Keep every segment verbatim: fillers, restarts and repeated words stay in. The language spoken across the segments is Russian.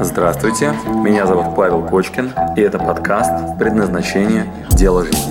Здравствуйте, меня зовут Павел Кочкин, и это подкаст «Предназначение. Дело жизни».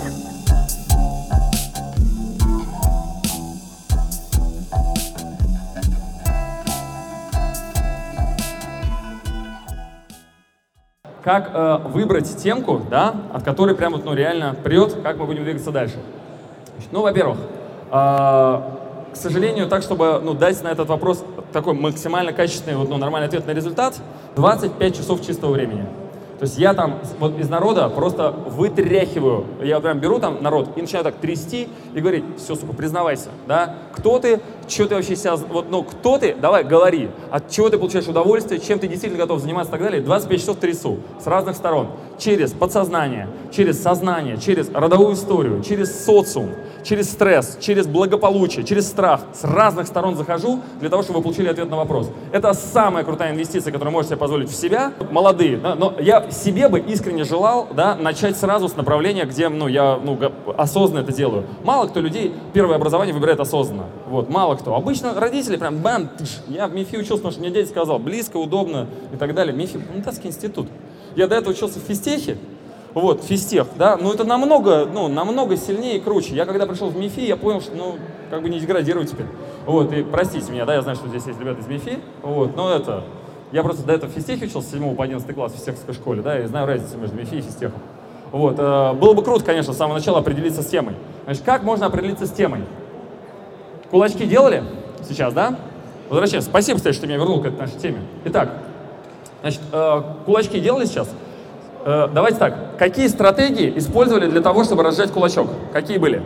Как э, выбрать темку, да, от которой прям вот, ну, реально прет, как мы будем двигаться дальше. Значит, ну, во-первых, э, к сожалению, так, чтобы ну, дать на этот вопрос такой максимально качественный, вот, ну, нормальный ответ на результат, двадцать пять часов чистого времени. То есть я там вот из народа просто вытряхиваю, я прям беру там народ и начинаю так трясти и говорить: все, сука, признавайся, да, кто ты, что ты вообще себя, вот, ну, кто ты, давай, говори, от чего ты получаешь удовольствие, чем ты действительно готов заниматься и так далее. двадцать пять часов трясу с разных сторон, через подсознание, через сознание, через родовую историю, через социум, через стресс, через благополучие, через страх, с разных сторон захожу для того, чтобы вы получили ответ на вопрос. Это самая крутая инвестиция, которую можете себе позволить в себя, молодые, да, но я себе бы искренне желал, да, начать сразу с направления, где, ну, я, ну, осознанно это делаю. Мало кто людей первое образование выбирает осознанно. Вот, мало кто. Обычно родители прям бам, тыш. Я в МИФИ учился, потому что мне дядя сказал, близко, удобно и так далее. МИФИ, Монтасский институт. Я до этого учился в физтехе. Вот, физтех, да, ну это намного, ну, намного сильнее и круче. Я когда пришел в МИФИ, я понял, что, ну, как бы не деградирую теперь. Вот, и простите меня, да, я знаю, что здесь есть ребята из МИФИ, вот, но это... Я просто до этого в физтехе учился с седьмого по одиннадцатый класс в физтеховской школе, да, и знаю разницу между МИФИ и физтехом. Вот, э, было бы круто, конечно, с самого начала определиться с темой. Значит, как можно определиться с темой? Кулачки делали сейчас, да? Возвращаемся. Спасибо, кстати, что ты меня вернул к этой нашей теме. Итак, значит, э, кулачки делали сейчас? Э, давайте так. Какие стратегии использовали для того, чтобы разжать кулачок? Какие были?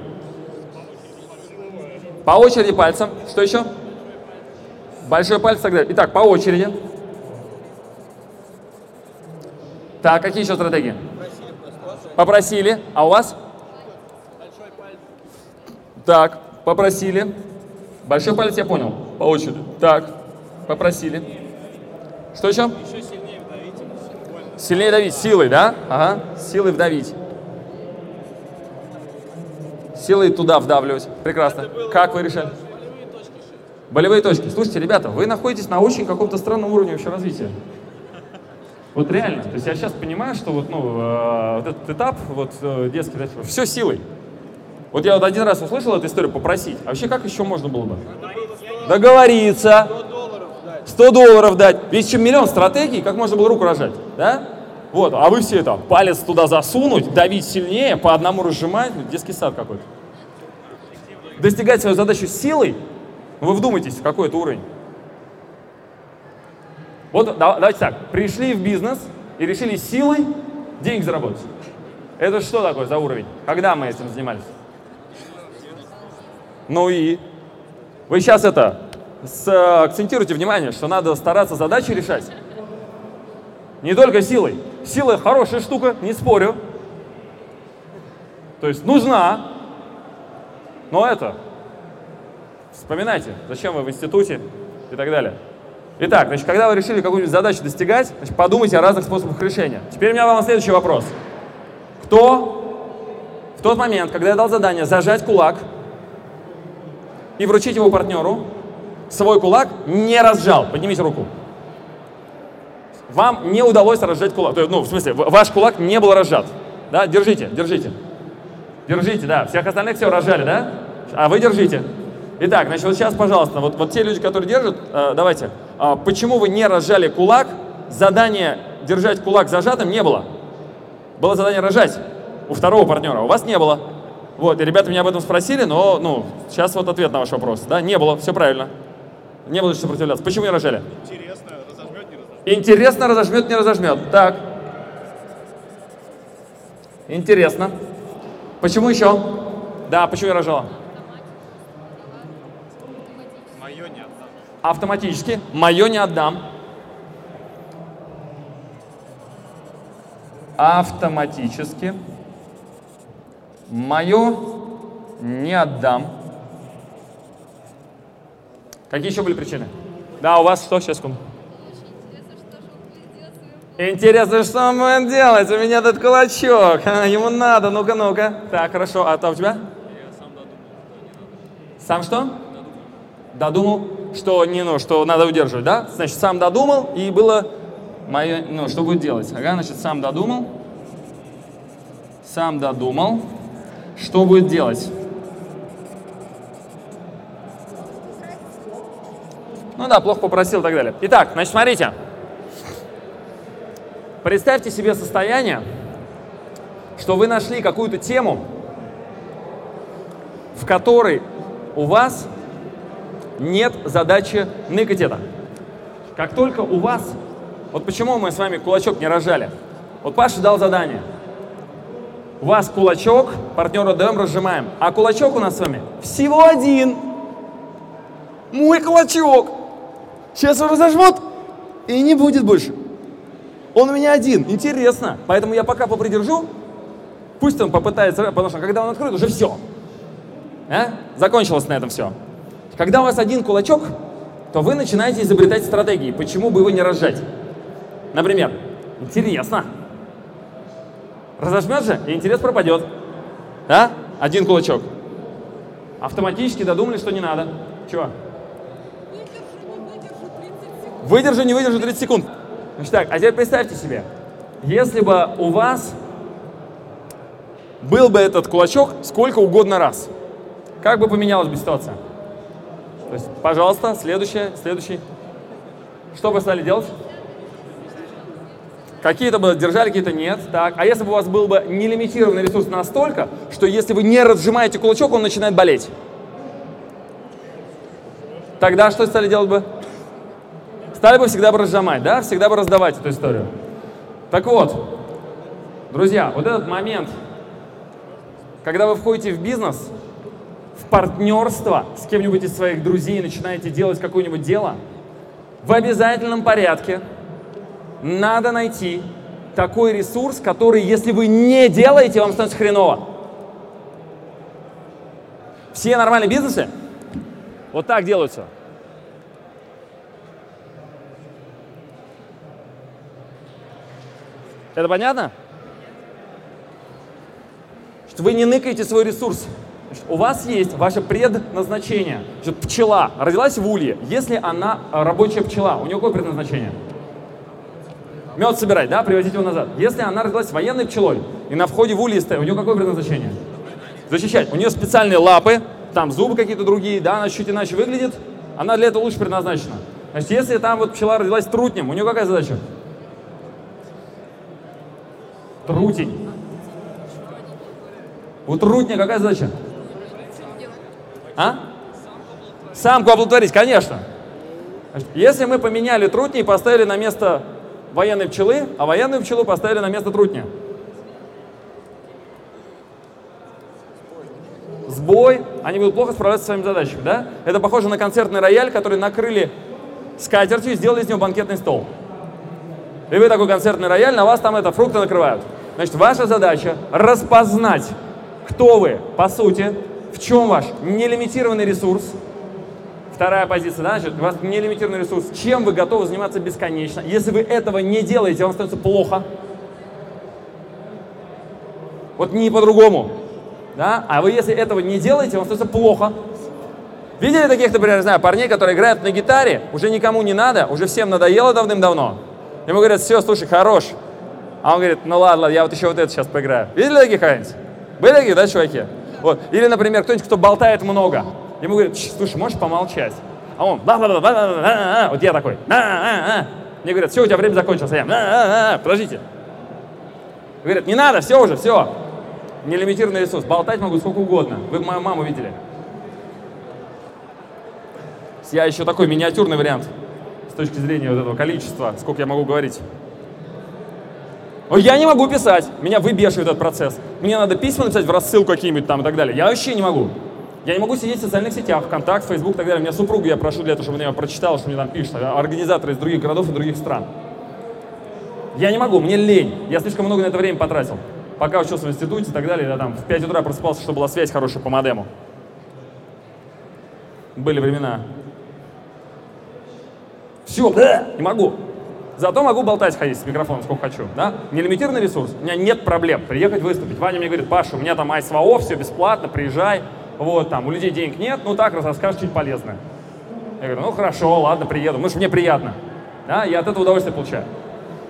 По очереди пальцем. Что еще? Большой палец тогда. Итак, по очереди. Так, какие еще стратегии? Попросили. А у вас? Большой палец. Так, попросили. Большой палец я понял. По очереди. Так, попросили. Что еще? Еще сильнее вдавить. Сильнее давить. Силой, да? Ага. Силой вдавить. Силой туда вдавливать. Прекрасно. Как вы решали? Болевые точки. Слушайте, ребята, вы находитесь на очень каком-то странном уровне вообще развития. Вот реально. То есть я сейчас понимаю, что вот, ну, э, вот этот этап, вот э, детский, да, все силой. Вот я вот один раз услышал эту историю, попросить. А вообще как еще можно было бы? Договориться. сто долларов дать. Есть еще миллион стратегий, как можно было руку рожать. Да? Вот. А вы все это, палец туда засунуть, давить сильнее, по одному разжимать. Детский сад какой-то. Достигать свою задачу силой. Вы вдумайтесь, в какой это уровень. Вот давайте так, пришли в бизнес и решили силой денег заработать. Это что такое за уровень? Когда мы этим занимались? Ну и? Вы сейчас это, с, акцентируйте внимание, что надо стараться задачи решать. Не только силой. Сила хорошая штука, не спорю. То есть нужна, но это... Вспоминайте, зачем вы в институте и так далее. Итак, значит, когда вы решили какую-нибудь задачу достигать, значит, подумайте о разных способах решения. Теперь у меня вам следующий вопрос. Кто в тот момент, когда я дал задание зажать кулак и вручить его партнеру, свой кулак не разжал? Поднимите руку. Вам не удалось разжать кулак. Ну, в смысле, ваш кулак не был разжат. Да? Держите, держите. Держите, да. Всех остальных все разжали, да? А вы держите. Итак, значит, вот сейчас, пожалуйста, вот, вот те люди, которые держат, э, давайте, э, почему вы не разжали кулак? Задание держать кулак зажатым не было. Было задание разжать у второго партнера, у вас не было. Вот, и ребята меня об этом спросили, но, ну, сейчас вот ответ на ваш вопрос. Да, не было, все правильно. Не было что сопротивляться. Почему не разжали? Интересно, разожмет, не разожмет. Интересно, разожмет, не разожмет. Так. Интересно. Почему еще? Да, почему я разжала? Автоматически. Мое не отдам. Автоматически. Мое не отдам. Какие еще были причины? Да, у вас что? Сейчас, секунду. Интересно, что он будет делать? У меня этот кулачок. А, ему надо. Ну-ка, ну-ка. Так, хорошо. А то у тебя? Я сам додумал. Сам что? Додумал. Что, не, ну, что надо удерживать, да? Значит, сам додумал, и было Мое, ну, что будет делать? Ага, значит, сам додумал. Сам додумал. Что будет делать? Ну да, плохо попросил и так далее. Итак, значит, смотрите. Представьте себе состояние, что вы нашли какую-то тему, в которой у вас нет задачи ныкать это. Как только у вас... Вот почему мы с вами кулачок не разжали. Вот Паша дал задание. У вас кулачок, партнер отдаем, разжимаем. А кулачок у нас с вами всего один. Мой кулачок. Сейчас его разожмут, и не будет больше. Он у меня один. Интересно. Поэтому я пока попридержу. Пусть он попытается, потому что когда он откроет, уже все. А? Закончилось на этом все. Когда у вас один кулачок, то вы начинаете изобретать стратегии. Почему бы его не разжать? Например, интересно. Разожмет же, и интерес пропадет. Да? Один кулачок. Автоматически додумали, что не надо. Чего? Выдержу, не выдержу тридцать секунд. Значит так, а теперь представьте себе, если бы у вас был бы этот кулачок сколько угодно раз, как бы поменялась бы ситуация? То есть, пожалуйста, следующее, следующий. Что бы стали делать? Какие-то бы держали, какие-то нет. Так. А если бы у вас был бы нелимитированный ресурс настолько, что если вы не разжимаете кулачок, он начинает болеть? Тогда что стали делать бы? Стали бы всегда бы разжимать, да? Всегда бы раздавать эту историю. Так вот, друзья, вот этот момент, когда вы входите в бизнес, в партнерство с кем-нибудь из своих друзей и начинаете делать какое-нибудь дело, в обязательном порядке надо найти такой ресурс, который, если вы не делаете, вам становится хреново. Все нормальные бизнесы вот так делаются. Это понятно? Что вы не ныкаете свой ресурс. Значит, у вас есть ваше предназначение. Значит, пчела родилась в улье. Если она рабочая пчела, у нее какое предназначение? Мед собирать, да, привозить его назад. Если она родилась военной пчелой и на входе в улье стоит, у нее какое предназначение? Защищать. У нее специальные лапы, там зубы какие-то другие, да, она чуть иначе выглядит, она для этого лучше предназначена. Значит, если там вот пчела родилась трутнем, у нее какая задача? Трутень. У трутня какая задача? А? Самку оплодотворить, конечно. Значит, если мы поменяли трутни и поставили на место военной пчелы, а военную пчелу поставили на место трутня. Сбой, они будут плохо справляться со своими задачами, да? Это похоже на концертный рояль, который накрыли скатертью и сделали из него банкетный стол. И вы такой концертный рояль, на вас там это фрукты накрывают. Значит, ваша задача распознать, кто вы, по сути, в чем ваш нелимитированный ресурс. Вторая позиция, да, значит, у вас нелимитированный ресурс, чем вы готовы заниматься бесконечно. Если вы этого не делаете, вам становится плохо. Вот не по-другому. Да? А вы, если этого не делаете, вам становится плохо. Видели таких, например, не знаю, парней, которые играют на гитаре, уже никому не надо, уже всем надоело давным-давно. Ему говорят, все, слушай, хорош. А он говорит, ну ладно, я вот еще вот это сейчас поиграю. Видели таких кто-нибудь? Были такие, да, чуваки? Вот. Или, например, кто-нибудь, кто болтает много. Ему говорят, слушай, можешь помолчать? А он, да-да-да-да-да-да-да. Вот я такой, да-да-да. Мне говорят, все, у тебя время закончилось. Я, да-да-да. Подождите. Говорят, не надо, все уже, все. Нелимитированный ресурс. Болтать могу сколько угодно. Вы мою маму видели? Я еще такой миниатюрный вариант с точки зрения вот этого количества, сколько я могу говорить. Но я не могу писать. Меня выбешивает этот процесс. Мне надо письма написать в рассылку какие-нибудь там и так далее. Я вообще не могу. Я не могу сидеть в социальных сетях, ВКонтакте, Фейсбук и так далее. У меня супругу я прошу для того, чтобы она меня прочитала, что мне там пишут. Организаторы из других городов и других стран. Я не могу, мне лень. Я слишком много на это время потратил. Пока учился в институте и так далее, я там в пять утра просыпался, чтобы была связь хорошая по модему. Были времена. Все, не могу. Зато могу болтать, ходить с микрофоном сколько хочу. Да? Нелимитированный ресурс. У меня нет проблем приехать выступить. Ваня мне говорит, Паша, у меня там АСВО, все бесплатно, приезжай. Вот, там, у людей денег нет, ну так, расскажешь что-нибудь полезное. Я говорю, ну хорошо, ладно, приеду, ну что мне приятно. Да? Я от этого удовольствие получаю.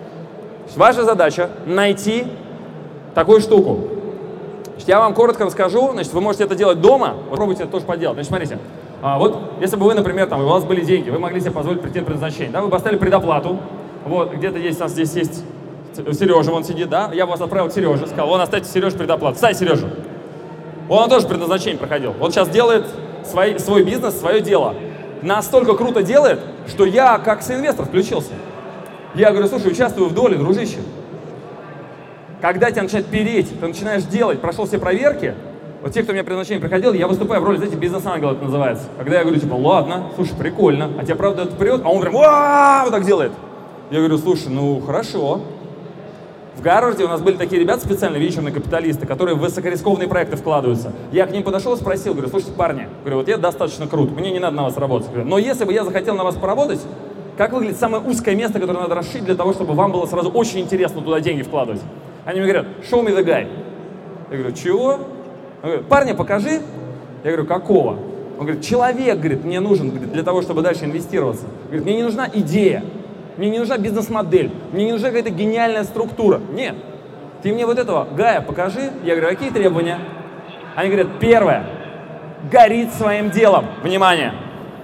Ваша задача найти такую штуку. Значит, я вам коротко расскажу, значит, вы можете это делать дома, попробуйте это тоже поделать. Значит, смотрите, а, вот если бы вы, например, там, у вас были деньги, вы могли себе позволить прийти на предназначение, да, вы поставили предоплату, вот, где-то есть, у нас здесь есть Сережа, он сидит, да, я вас отправил к Сереже, сказал, вон, оставьте Сереже предоплату, ставь Сережу. Он тоже предназначение проходил, он сейчас делает свой, свой бизнес, свое дело. Настолько круто делает, что я как соинвестор включился. Я говорю, слушай, участвую в доле, дружище. Когда тебя начинает переть, ты начинаешь делать, прошел все проверки, вот те, кто у меня предназначение приходил, я выступаю в роли, знаете, бизнес-ангела это называется. Когда я говорю, типа, ладно, слушай, прикольно, а тебя правда это прет, а он прям, вот так делает. Я говорю, слушай, ну хорошо. В Гарварде у нас были такие ребята специально, вечерные капиталисты, которые в высокорискованные проекты вкладываются. Я к ним подошел и спросил, говорю, слушайте, парни, говорю, вот я достаточно крут, мне не надо на вас работать. Говорю, но если бы я захотел на вас поработать, как выглядит самое узкое место, которое надо расшить для того, чтобы вам было сразу очень интересно туда деньги вкладывать? Они мне говорят, show me the guy. Я говорю, чего? Он говорит, парня покажи. Я говорю, какого? Он говорит, человек, говорит, мне нужен говорит, для того, чтобы дальше инвестироваться. Говорит, мне не нужна идея. Мне не нужна бизнес-модель, мне не нужна какая-то гениальная структура. Нет. Ты мне вот этого Гая покажи. Я говорю, какие требования? Они говорят, первое. Горит своим делом. Внимание.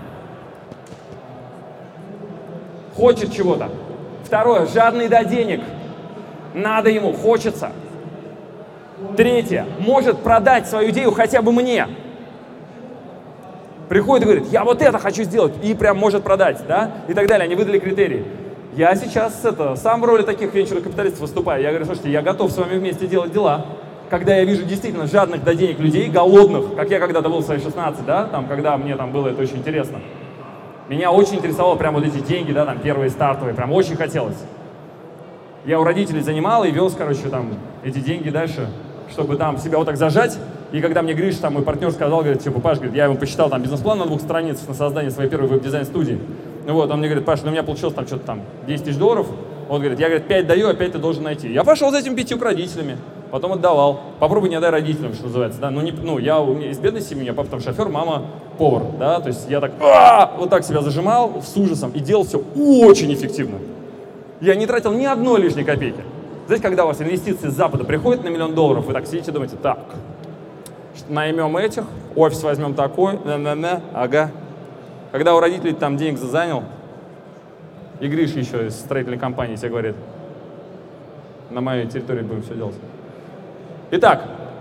Хочет чего-то. Второе. Жадный до денег. Надо ему, хочется. Третье. Может продать свою идею хотя бы мне. Приходит и говорит, я вот это хочу сделать, и прям может продать, да, и так далее. Они выдали критерии. Я сейчас это, сам в роли таких венчурных капиталистов выступаю. Я говорю, слушайте, я готов с вами вместе делать дела. Когда я вижу действительно жадных до денег людей, голодных, как я когда-то был в свои шестнадцать, да, там, когда мне там было это очень интересно. Меня очень интересовало прям вот эти деньги, да, там, первые стартовые, прям очень хотелось. Я у родителей занимал и вез, короче, там, эти деньги дальше, чтобы там себя вот так зажать. И когда мне Гриш, там, мой партнер сказал, говорит, типа, Паш, говорит, я ему посчитал там бизнес-план на двух страницах на создание своей первой веб-дизайн-студии. Вот, он мне говорит, Паш, ну у меня получилось там что-то там десять тысяч долларов. Он говорит, я, говорит, пять даю, а пять ты должен найти. Я пошел за этим пятью к родителями, потом отдавал. Попробуй не отдай родителям, что называется, да. Ну, не, ну я у меня из бедной семьи, у меня папа там шофер, мама повар, да. То есть я так, вот так себя зажимал с ужасом и делал все очень эффективно. Я не тратил ни одной лишней копейки. Знаете, когда у вас инвестиции с Запада приходят на миллион долларов, вы так сидите и думаете, так, наймем этих, офис возьмем такой, на-на-на, ага. Когда у родителей там денег занял, и Гриша еще из строительной компании тебе говорит, на моей территории будем все делать. Итак,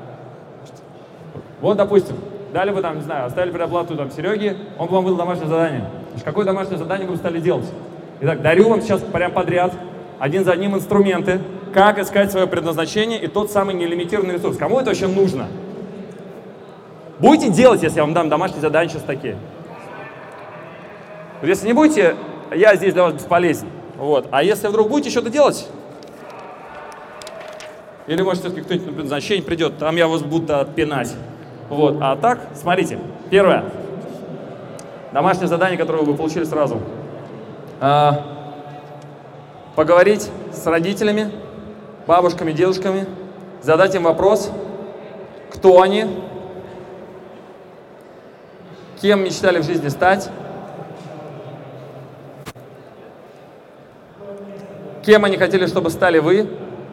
вот, допустим, дали вы там, не знаю, оставили предоплату там Сереге, он вам выдал домашнее задание. Значит, какое домашнее задание вы стали делать? Итак, дарю вам сейчас прям подряд, один за одним инструменты, как искать свое предназначение и тот самый нелимитированный ресурс. Кому это вообще нужно? Будете делать, если я вам дам домашние задания сейчас такие? Вот если не будете, я здесь для вас бесполезен. Вот. А если вдруг будете что-то делать, или может все-таки кто-нибудь на предназначение придет, там я вас буду отпинать. Вот. А так, смотрите, первое. Домашнее задание, которое вы получили сразу. А, поговорить с родителями, бабушками, дедушками, задать им вопрос, кто они, кем мечтали в жизни стать, кем они хотели, чтобы стали вы,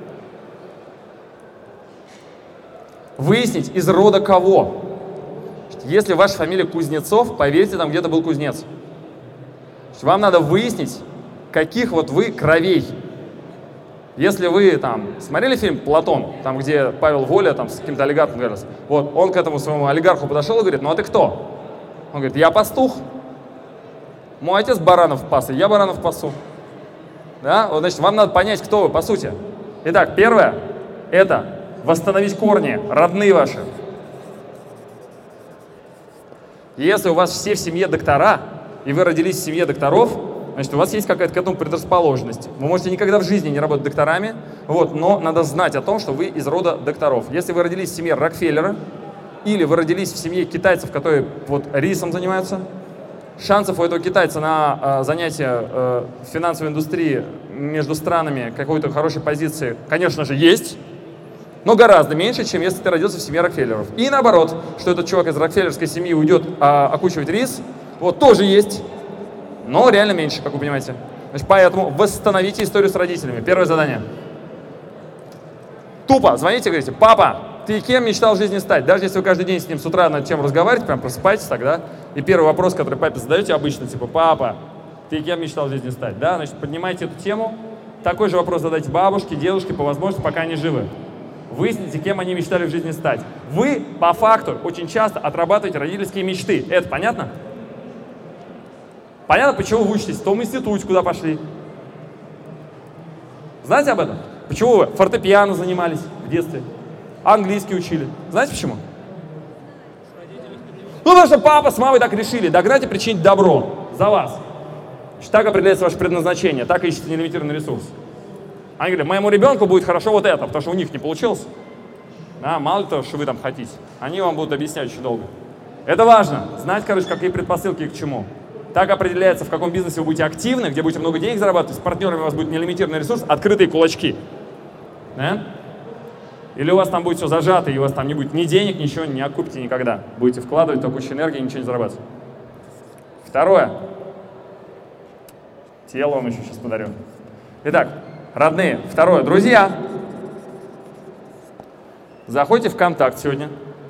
выяснить, из рода кого. Если ваша фамилия Кузнецов, поверьте, там где-то был кузнец. Вам надо выяснить, каких вот вы кровей. Если вы там смотрели фильм «Платон», там где Павел Воля там с каким-то олигархом говорил, вот он к этому своему олигарху подошел и говорит, ну а ты кто? Он говорит, я пастух. Мой отец баранов пас, и я баранов пасу. Да? Вот, значит, вам надо понять, кто вы, по сути. Итак, первое – это восстановить корни, родные ваши. Если у вас все в семье доктора, и вы родились в семье докторов, значит, у вас есть какая-то к этому предрасположенность. Вы можете никогда в жизни не работать докторами, вот, но надо знать о том, что вы из рода докторов. Если вы родились в семье Рокфеллера, или вы родились в семье китайцев, которые вот рисом занимаются, шансов у этого китайца на э, занятие э, в финансовой индустрии между странами какой-то хорошей позиции, конечно же, есть, но гораздо меньше, чем если ты родился в семье Рокфеллеров. И наоборот, что этот чувак из рокфеллерской семьи уйдет э, окучивать рис, вот тоже есть, но реально меньше, как вы понимаете. Значит, поэтому восстановите историю с родителями. Первое задание. Тупо звоните и говорите: папа, ты кем мечтал в жизни стать? Даже если вы каждый день с ним с утра над чем разговариваете, прям просыпаетесь тогда, и первый вопрос, который папе задаете обычно, типа: папа, ты кем мечтал в жизни стать? Да, значит, поднимайте эту тему. Такой же вопрос задайте бабушке, дедушке, по возможности, пока они живы. Выясните, кем они мечтали в жизни стать. Вы, по факту, очень часто отрабатываете родительские мечты. Это понятно? Понятно, почему вы учитесь в том институте, куда пошли? Знаете об этом? Почему вы фортепиано занимались в детстве? Английский учили. Знаете почему? Ну, потому что папа с мамой так решили. Догнать и причинить добро. За вас. Значит, так определяется ваше предназначение. Так ищете нелимитированный ресурс. Они говорят: моему ребенку будет хорошо вот это, потому что у них не получилось. Да, мало ли того, что вы там хотите. Они вам будут объяснять очень долго. Это важно. Знать, короче, какие предпосылки и к чему. Так определяется, в каком бизнесе вы будете активны, где будете много денег зарабатывать, с партнерами у вас будет нелимитированный ресурс, открытые кулачки. Да? Или у вас там будет все зажато, и у вас там не будет ни денег, ничего не окупите никогда. Будете вкладывать только кучу энергии и ничего не зарабатывать. Второе. Тело вам еще сейчас подарю. Итак, родные. Второе. Друзья. Заходите в ВКонтакт сегодня.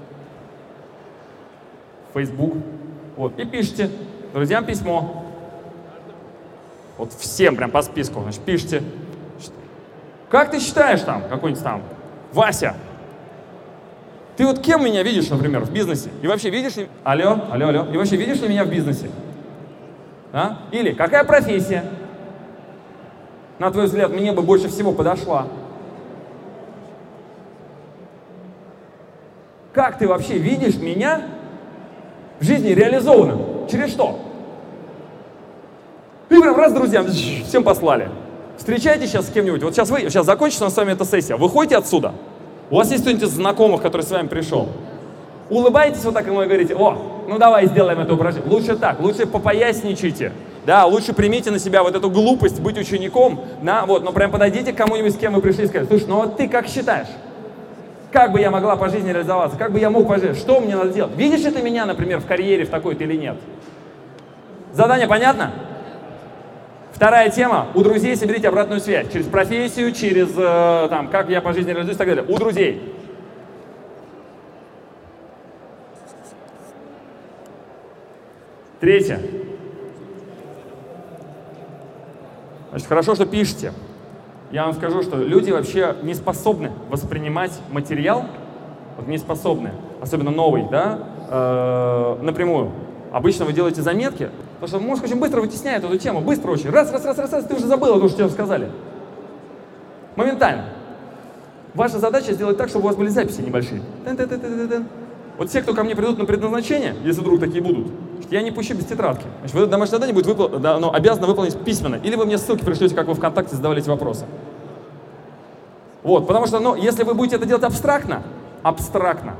В Facebook. Вот. И пишите друзьям письмо. Вот всем прям по списку. Значит, пишите. Как ты считаешь там, какой-нибудь там, Вася, ты вот кем меня видишь, например, в бизнесе? И вообще видишь ли... Алло, алло, алло. И вообще видишь ли меня в бизнесе? А? Или какая профессия, на твой взгляд, мне бы больше всего подошла? Как ты вообще видишь меня в жизни реализованным? Через что? И прям раз, друзьям, всем послали. Встречайтесь сейчас с кем-нибудь. Вот сейчас вы, сейчас закончится с вами эта сессия. Выходите отсюда. У вас есть кто-нибудь из знакомых, который с вами пришел. Улыбаетесь вот так ему и говорите: о, ну давай сделаем это упражнение. Лучше так, лучше попоясничайте. Да, лучше примите на себя вот эту глупость быть учеником. Да, вот, но прям подойдите к кому-нибудь, с кем вы пришли, и скажите: слушай, ну вот ты как считаешь? Как бы я могла по жизни реализоваться? Как бы я мог по жизни? Что мне надо делать? Видишь ли ты меня, например, в карьере в такой-то или нет? Задание понятно? Вторая тема. У друзей соберите обратную связь. Через профессию, через э, там, как я по жизни реализуюсь и так далее. У друзей. Третье. Значит, хорошо, что пишете. Я вам скажу, что люди вообще не способны воспринимать материал, вот не способны, особенно новый, да, э, напрямую. Обычно вы делаете заметки, потому что мозг очень быстро вытесняет эту тему, быстро очень. Раз, раз, раз, раз, раз, ты уже забыл то, что тебе сказали. Моментально. Ваша задача сделать так, чтобы у вас были записи небольшие. Тын-тын-тын-тын-тын. Вот все, кто ко мне придут на предназначение, если вдруг такие будут, я не пущу без тетрадки. Значит, вот это домашнее задание будет выпол... да, оно обязано выполнить письменно. Или вы мне ссылки пришлете, как вы ВКонтакте задавали эти вопросы. Вот, потому что, ну, если вы будете это делать абстрактно, абстрактно,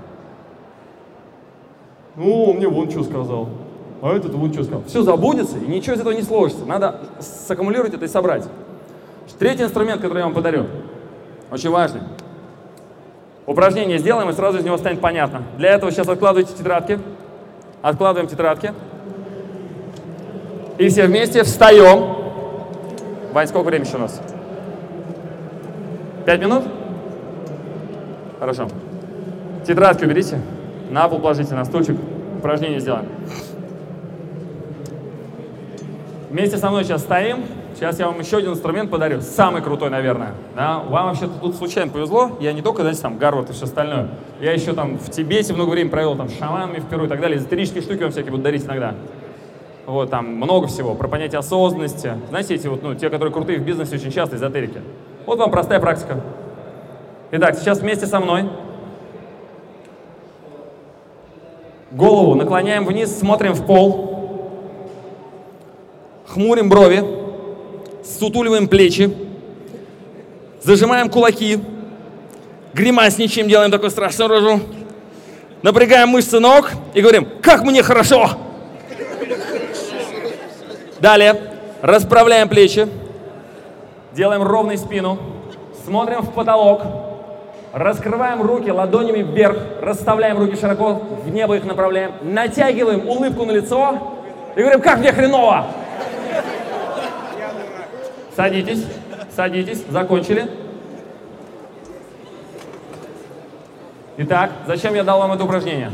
ну, он мне вон что сказал, а этот вон что сказал. Все забудется, и ничего из этого не сложится. Надо саккумулировать это и собрать. Третий инструмент, который я вам подарю, очень важный. Упражнение сделаем, и сразу из него станет понятно. Для этого сейчас откладывайте тетрадки. Откладываем тетрадки. И все вместе встаем. Вань, сколько времени еще у нас? Пять минут? Хорошо. Тетрадки уберите. На пол положите, на стульчик. Упражнение сделаем. Вместе со мной сейчас стоим. Сейчас я вам еще один инструмент подарю. Самый крутой, наверное. Да? Вам вообще тут случайно повезло. Я не только, знаете, там, Гарвард и все остальное. Я еще там в Тибете много времени провел, там, с шаманами в Перу и так далее. Эзотерические штуки вам всякие буду дарить иногда. Вот, там много всего. Про понятие осознанности. Знаете, эти вот, ну, те, которые крутые в бизнесе, очень часто эзотерики. Вот вам простая практика. Итак, сейчас вместе со мной. Голову наклоняем вниз, смотрим в пол. Хмурим брови. Сутуливаем плечи. Зажимаем кулаки. Гримасничаем, делаем такую страшную рожу. Напрягаем мышцы ног и говорим: как мне хорошо! Далее. Расправляем плечи. Делаем ровной спину. Смотрим в потолок. Раскрываем руки ладонями вверх. Расставляем руки широко. В небо их направляем. Натягиваем улыбку на лицо. И говорим: как мне хреново! Садитесь. Садитесь. Закончили. Итак, зачем я дал вам это упражнение?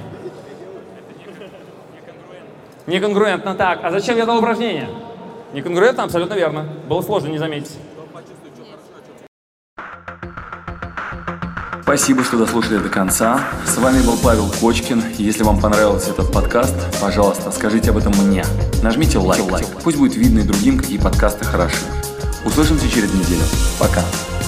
Неконгруентно. Так, а зачем я дал упражнение? Неконгруентно, абсолютно верно. Было сложно не заметить. Спасибо, что дослушали до конца. С вами был Павел Кочкин. Если вам понравился этот подкаст, пожалуйста, скажите об этом мне. Нажмите лайк. Пусть будет видно и другим, какие подкасты хороши. Услышимся через неделю. Пока.